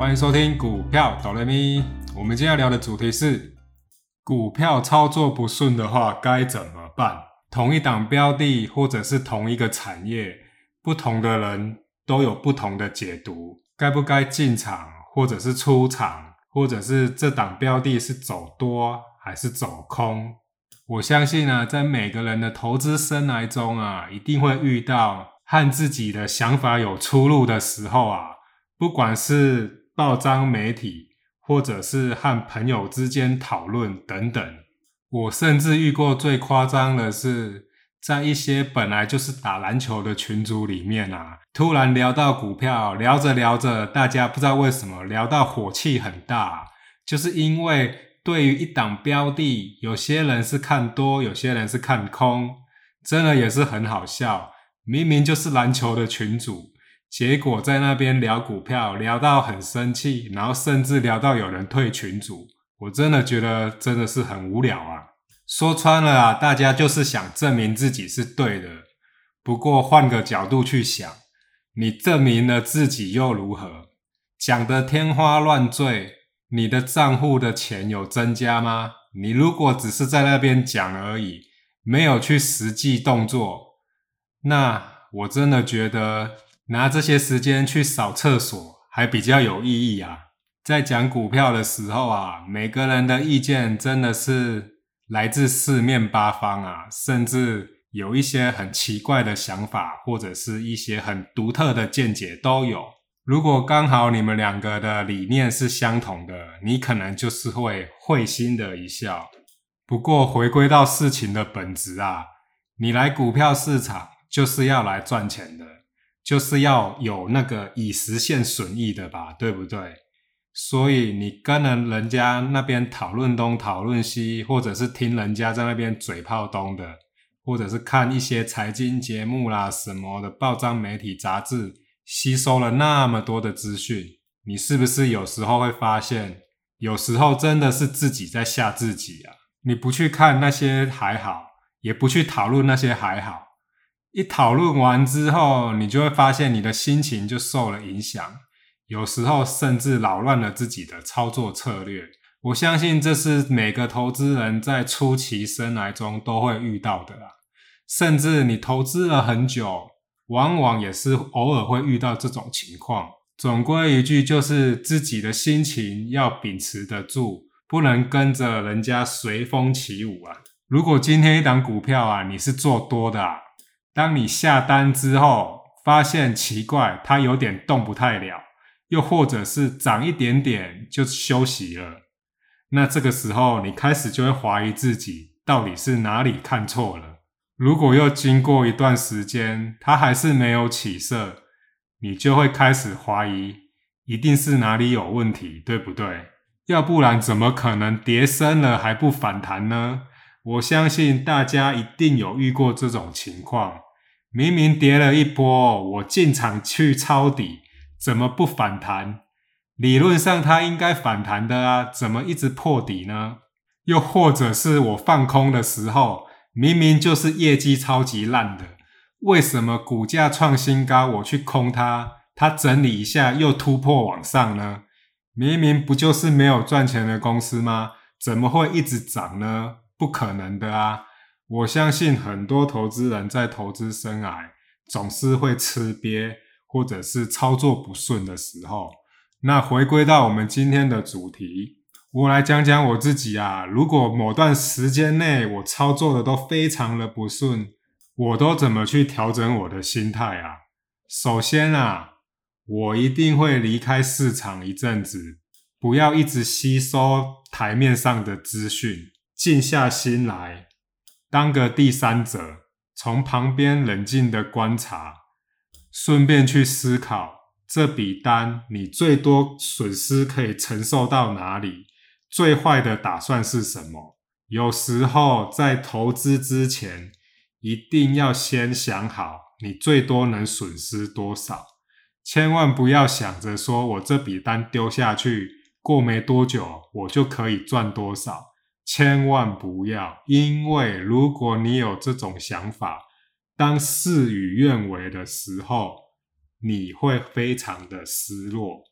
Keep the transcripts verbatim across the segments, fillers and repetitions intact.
欢迎收听股票哆来咪。我们今天要聊的主题是股票操作不顺的话该怎么办？同一档标的或者是同一个产业，不同的人都有不同的解读，该不该进场或者是出场，或者是这档标的是走多还是走空？我相信啊，在每个人的投资生涯中啊，一定会遇到和自己的想法有出入的时候啊，不管是报章媒体，或者是和朋友之间讨论等等。我甚至遇过最夸张的是，在一些本来就是打篮球的群组里面啊，突然聊到股票，聊着聊着，大家不知道为什么聊到火气很大，就是因为对于一档标的，有些人是看多，有些人是看空，真的也是很好笑。明明就是篮球的群组，结果在那边聊股票，聊到很生气，然后甚至聊到有人退群组，我真的觉得真的是很无聊啊。说穿了啊，大家就是想证明自己是对的。不过换个角度去想，你证明了自己又如何？讲得天花乱坠，你的账户的钱有增加吗？你如果只是在那边讲而已，没有去实际动作，那我真的觉得拿这些时间去扫厕所还比较有意义啊。在讲股票的时候啊，每个人的意见真的是来自四面八方啊，甚至有一些很奇怪的想法，或者是一些很独特的见解都有。如果刚好你们两个的理念是相同的，你可能就是会会心的一笑。不过回归到事情的本质啊，你来股票市场就是要来赚钱的，就是要有那个以实现损益的吧，对不对？所以你跟人家那边讨论东讨论西，或者是听人家在那边嘴炮东的，或者是看一些财经节目啦什么的报章媒体杂志，吸收了那么多的资讯，你是不是有时候会发现，有时候真的是自己在吓自己啊？你不去看那些还好，也不去讨论那些还好，一讨论完之后，你就会发现你的心情就受了影响，有时候甚至扰乱了自己的操作策略。我相信这是每个投资人在初期生涯中都会遇到的啦，甚至你投资了很久，往往也是偶尔会遇到这种情况。总归一句，就是自己的心情要秉持得住，不能跟着人家随风起舞啊。如果今天一档股票啊，你是做多的啊，当你下单之后发现奇怪，它有点动不太了，又或者是涨一点点就休息了，那这个时候你开始就会怀疑自己到底是哪里看错了。如果又经过一段时间它还是没有起色，你就会开始怀疑一定是哪里有问题，对不对？要不然怎么可能跌深了还不反弹呢？我相信大家一定有遇过这种情况，明明跌了一波，我进场去抄底，怎么不反弹？理论上它应该反弹的啊，怎么一直破底呢？又或者是我放空的时候，明明就是业绩超级烂的，为什么股价创新高，我去空它，它整理一下又突破往上呢？明明不就是没有赚钱的公司吗？怎么会一直涨呢？不可能的啊！我相信很多投资人在投资生涯总是会吃瘪，或者是操作不顺的时候。那回归到我们今天的主题，我来讲讲我自己啊，如果某段时间内我操作的都非常的不顺，我都怎么去调整我的心态啊？首先啊，我一定会离开市场一阵子，不要一直吸收台面上的资讯，静下心来，当个第三者，从旁边冷静的观察，顺便去思考这笔单你最多损失可以承受到哪里，最坏的打算是什么。有时候在投资之前一定要先想好你最多能损失多少，千万不要想着说我这笔单丢下去，过没多久我就可以赚多少，千万不要，因为如果你有这种想法，当事与愿违的时候，你会非常的失落。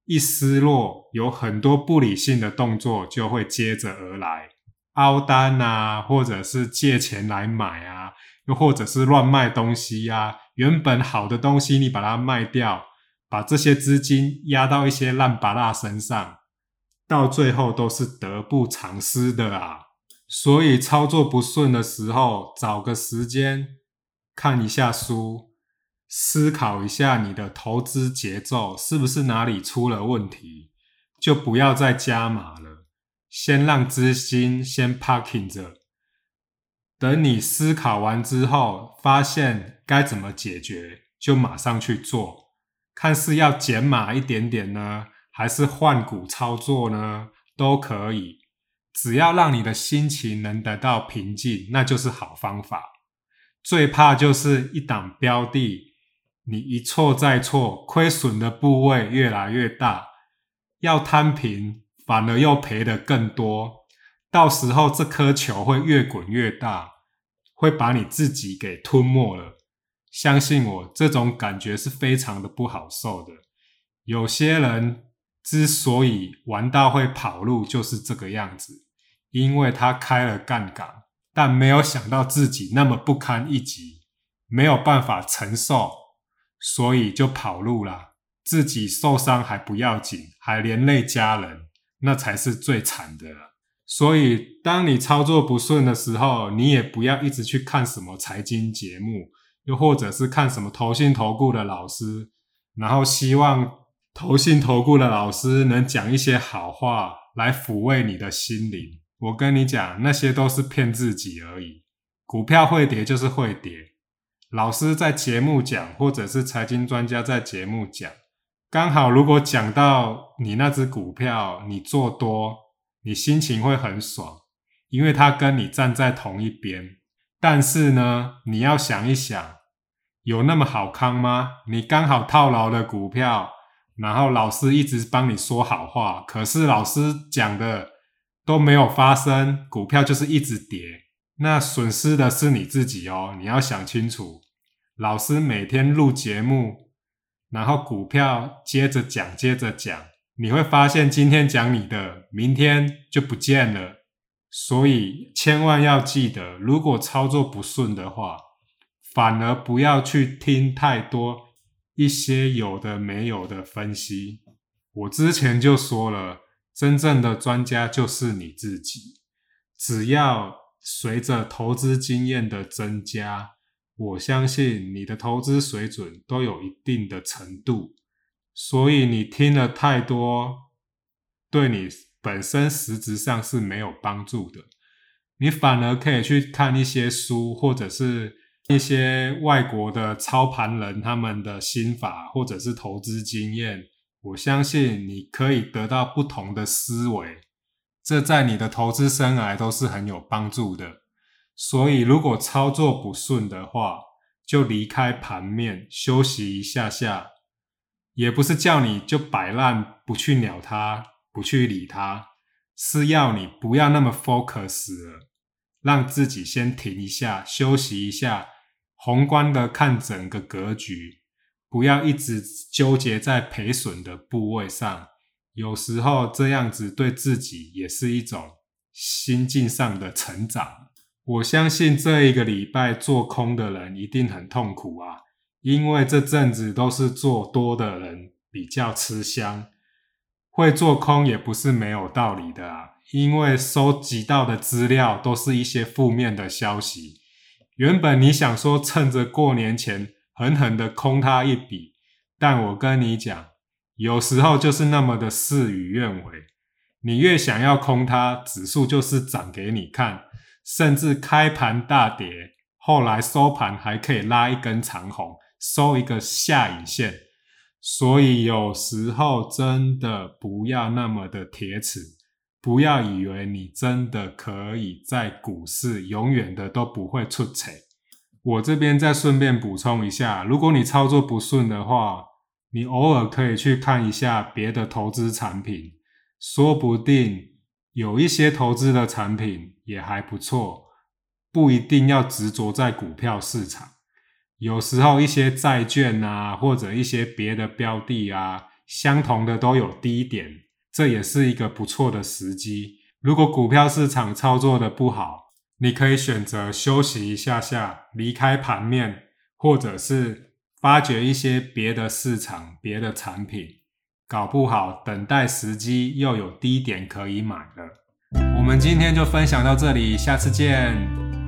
一失落，有很多不理性的动作就会接着而来，凹单啊，或者是借钱来买啊，又或者是乱卖东西啊，原本好的东西你把它卖掉，把这些资金压到一些烂芭乐身上，到最后都是得不偿失的啊。所以操作不顺的时候，找个时间看一下书，思考一下你的投资节奏是不是哪里出了问题，就不要再加码了，先让资金先 parking 着，等你思考完之后，发现该怎么解决，就马上去做，看是要减码一点点呢，还是换股操作呢，都可以，只要让你的心情能得到平静，那就是好方法。最怕就是一档标的，你一错再错，亏损的部位越来越大，要摊平反而又赔得更多，到时候这颗球会越滚越大，会把你自己给吞没了。相信我，这种感觉是非常的不好受的。有些人之所以玩到会跑路，就是这个样子，因为他开了杠杆，但没有想到自己那么不堪一击，没有办法承受，所以就跑路了。自己受伤还不要紧，还连累家人，那才是最惨的了。所以当你操作不顺的时候，你也不要一直去看什么财经节目，又或者是看什么投信投顾的老师，然后希望投信投顾的老师能讲一些好话来抚慰你的心灵。我跟你讲，那些都是骗自己而已。股票会跌就是会跌，老师在节目讲，或者是财经专家在节目讲，刚好如果讲到你那只股票你做多，你心情会很爽，因为它跟你站在同一边。但是呢，你要想一想，有那么好康吗？你刚好套牢的股票，然后老师一直帮你说好话，可是老师讲的都没有发生，股票就是一直跌，那损失的是你自己哦，你要想清楚。老师每天录节目，然后股票接着讲接着讲，你会发现今天讲你的，明天就不见了。所以千万要记得，如果操作不顺的话，反而不要去听太多一些有的没有的分析。我之前就说了，真正的专家就是你自己。只要随着投资经验的增加，我相信你的投资水准都有一定的程度。所以你听了太多，对你本身实质上是没有帮助的。你反而可以去看一些书，或者是一些外国的操盘人他们的心法，或者是投资经验，我相信你可以得到不同的思维，这在你的投资生涯都是很有帮助的。所以如果操作不顺的话，就离开盘面休息一下下，也不是叫你就摆烂不去鸟它，不去理它，是要你不要那么 focus 了，让自己先停一下，休息一下，宏观的看整个格局，不要一直纠结在赔损的部位上。有时候这样子对自己也是一种心境上的成长。我相信这一个礼拜做空的人一定很痛苦啊，因为这阵子都是做多的人比较吃香，会做空也不是没有道理的啊，因为收集到的资料都是一些负面的消息。原本你想说趁着过年前狠狠的空它一笔，但我跟你讲，有时候就是那么的事与愿违，你越想要空它，指数就是涨给你看，甚至开盘大跌，后来收盘还可以拉一根长红，收一个下影线。所以有时候真的不要那么的铁齿，不要以为你真的可以在股市永远的都不会出错。我这边再顺便补充一下，如果你操作不顺的话，你偶尔可以去看一下别的投资产品，说不定有一些投资的产品也还不错，不一定要执着在股票市场。有时候一些债券啊，或者一些别的标的啊， 相同的都有低点，这也是一个不错的时机。如果股票市场操作的不好，你可以选择休息一下下，离开盘面，或者是发掘一些别的市场、别的产品，搞不好等待时机又有低点可以买了。我们今天就分享到这里，下次见。